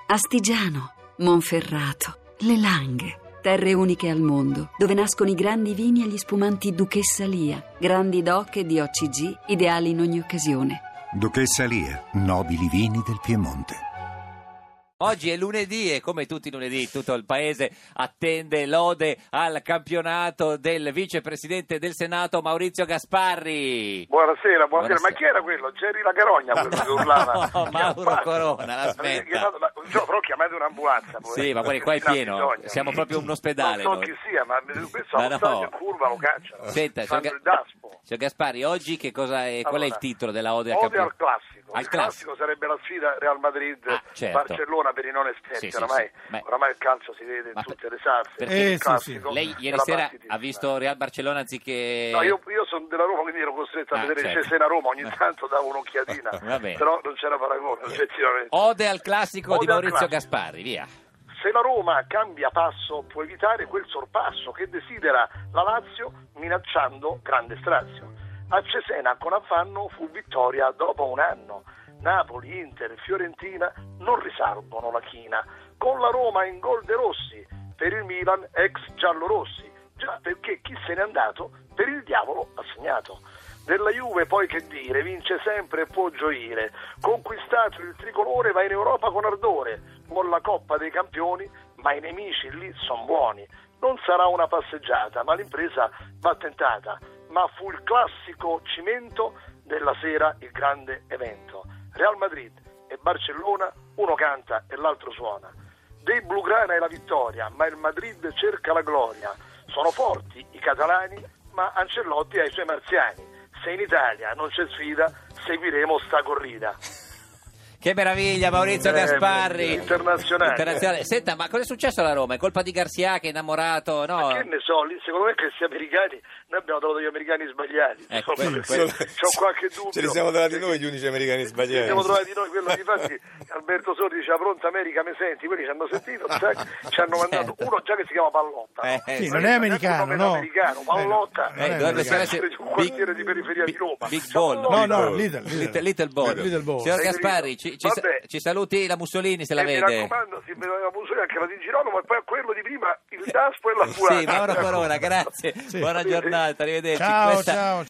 Astigiano, Monferrato, Le Langhe. Terre uniche al mondo, dove nascono i grandi vini e gli spumanti Duchessa Lia, grandi DOC e di OCG, ideali in ogni occasione. Duchessa Lia, nobili vini del Piemonte. Oggi è lunedì e come tutti i lunedì tutto il paese attende l'ode al campionato del vicepresidente del Senato Maurizio Gasparri. Buonasera. Ma chi era quello? Jerry La Carogna, quello che urlava? No, Mauro Corona, la smetta. Però chiamate un'ambulanza. Sì, ma guarda, qua è pieno, siamo proprio un ospedale. Non so noi. chi sia, ma questo allo stadio in curva lo cacciano. Senta, fanno il daspo. Signor Gasparri, oggi che cosa è, qual è il titolo della ode al Ode campionato? al classico. Al il classico sarebbe la sfida Real Madrid-Barcellona per i non esperti. Sì, oramai il calcio si vede in tutte le salse. Perché classico, lei ieri sera ha visto Real Barcellona anziché... No, io sono della Roma, quindi ero costretto a vedere il Cesena Roma, ogni tanto davo un'occhiatina, però non c'era paragone, effettivamente. Ode al classico di Maurizio Gasparri, via. Se la Roma cambia passo può evitare quel sorpasso che desidera la Lazio minacciando grande strazio. A Cesena con affanno fu vittoria dopo un anno. Napoli, Inter, Fiorentina non risalgono la china. Con la Roma in gol De Rossi, per il Milan ex giallorossi. Già perché chi se n'è andato per il diavolo ha segnato. Della Juve poi che dire, vince sempre e può gioire. Conquistato il tricolore va in Europa con ardore, con la Coppa dei Campioni, ma i nemici lì son buoni. Non sarà una passeggiata, ma l'impresa va tentata. Ma fu il classico cimento della sera il grande evento. Real Madrid e Barcellona, uno canta e l'altro suona. Dei Blaugrana è la vittoria, ma il Madrid cerca la gloria. Sono forti i catalani, ma Ancelotti ha i suoi marziani. Se in Italia non c'è sfida, seguiremo sta corrida. Che meraviglia, Maurizio Gasparri. Internazionale. Senta, ma cosa è successo alla Roma? È colpa di Garcia che è innamorato? No. Ma che ne so, secondo me questi americani, noi abbiamo trovato gli americani sbagliati. C'ho qualche dubbio. Ce li siamo trovati noi gli unici americani sbagliati. Ci siamo trovati noi, quello difatti Alberto Sordi diceva pronta America, mi senti? Quelli ci hanno sentito, ci hanno mandato uno già che si chiama Pallotta. Sì, non è americano, no? Pallotta dovrebbe essere un quartiere di periferia di Roma. Big Ball. No, Little Ball. Signor Gasparri, ci saluti la Mussolini se la vede. Mi raccomando, si vede la Mussolini anche la di Girolamo, ma poi a quello di prima il DASPO e la Furata. Sì, Mauro Corona, grazie. Buona giornata, arrivederci. Ciao.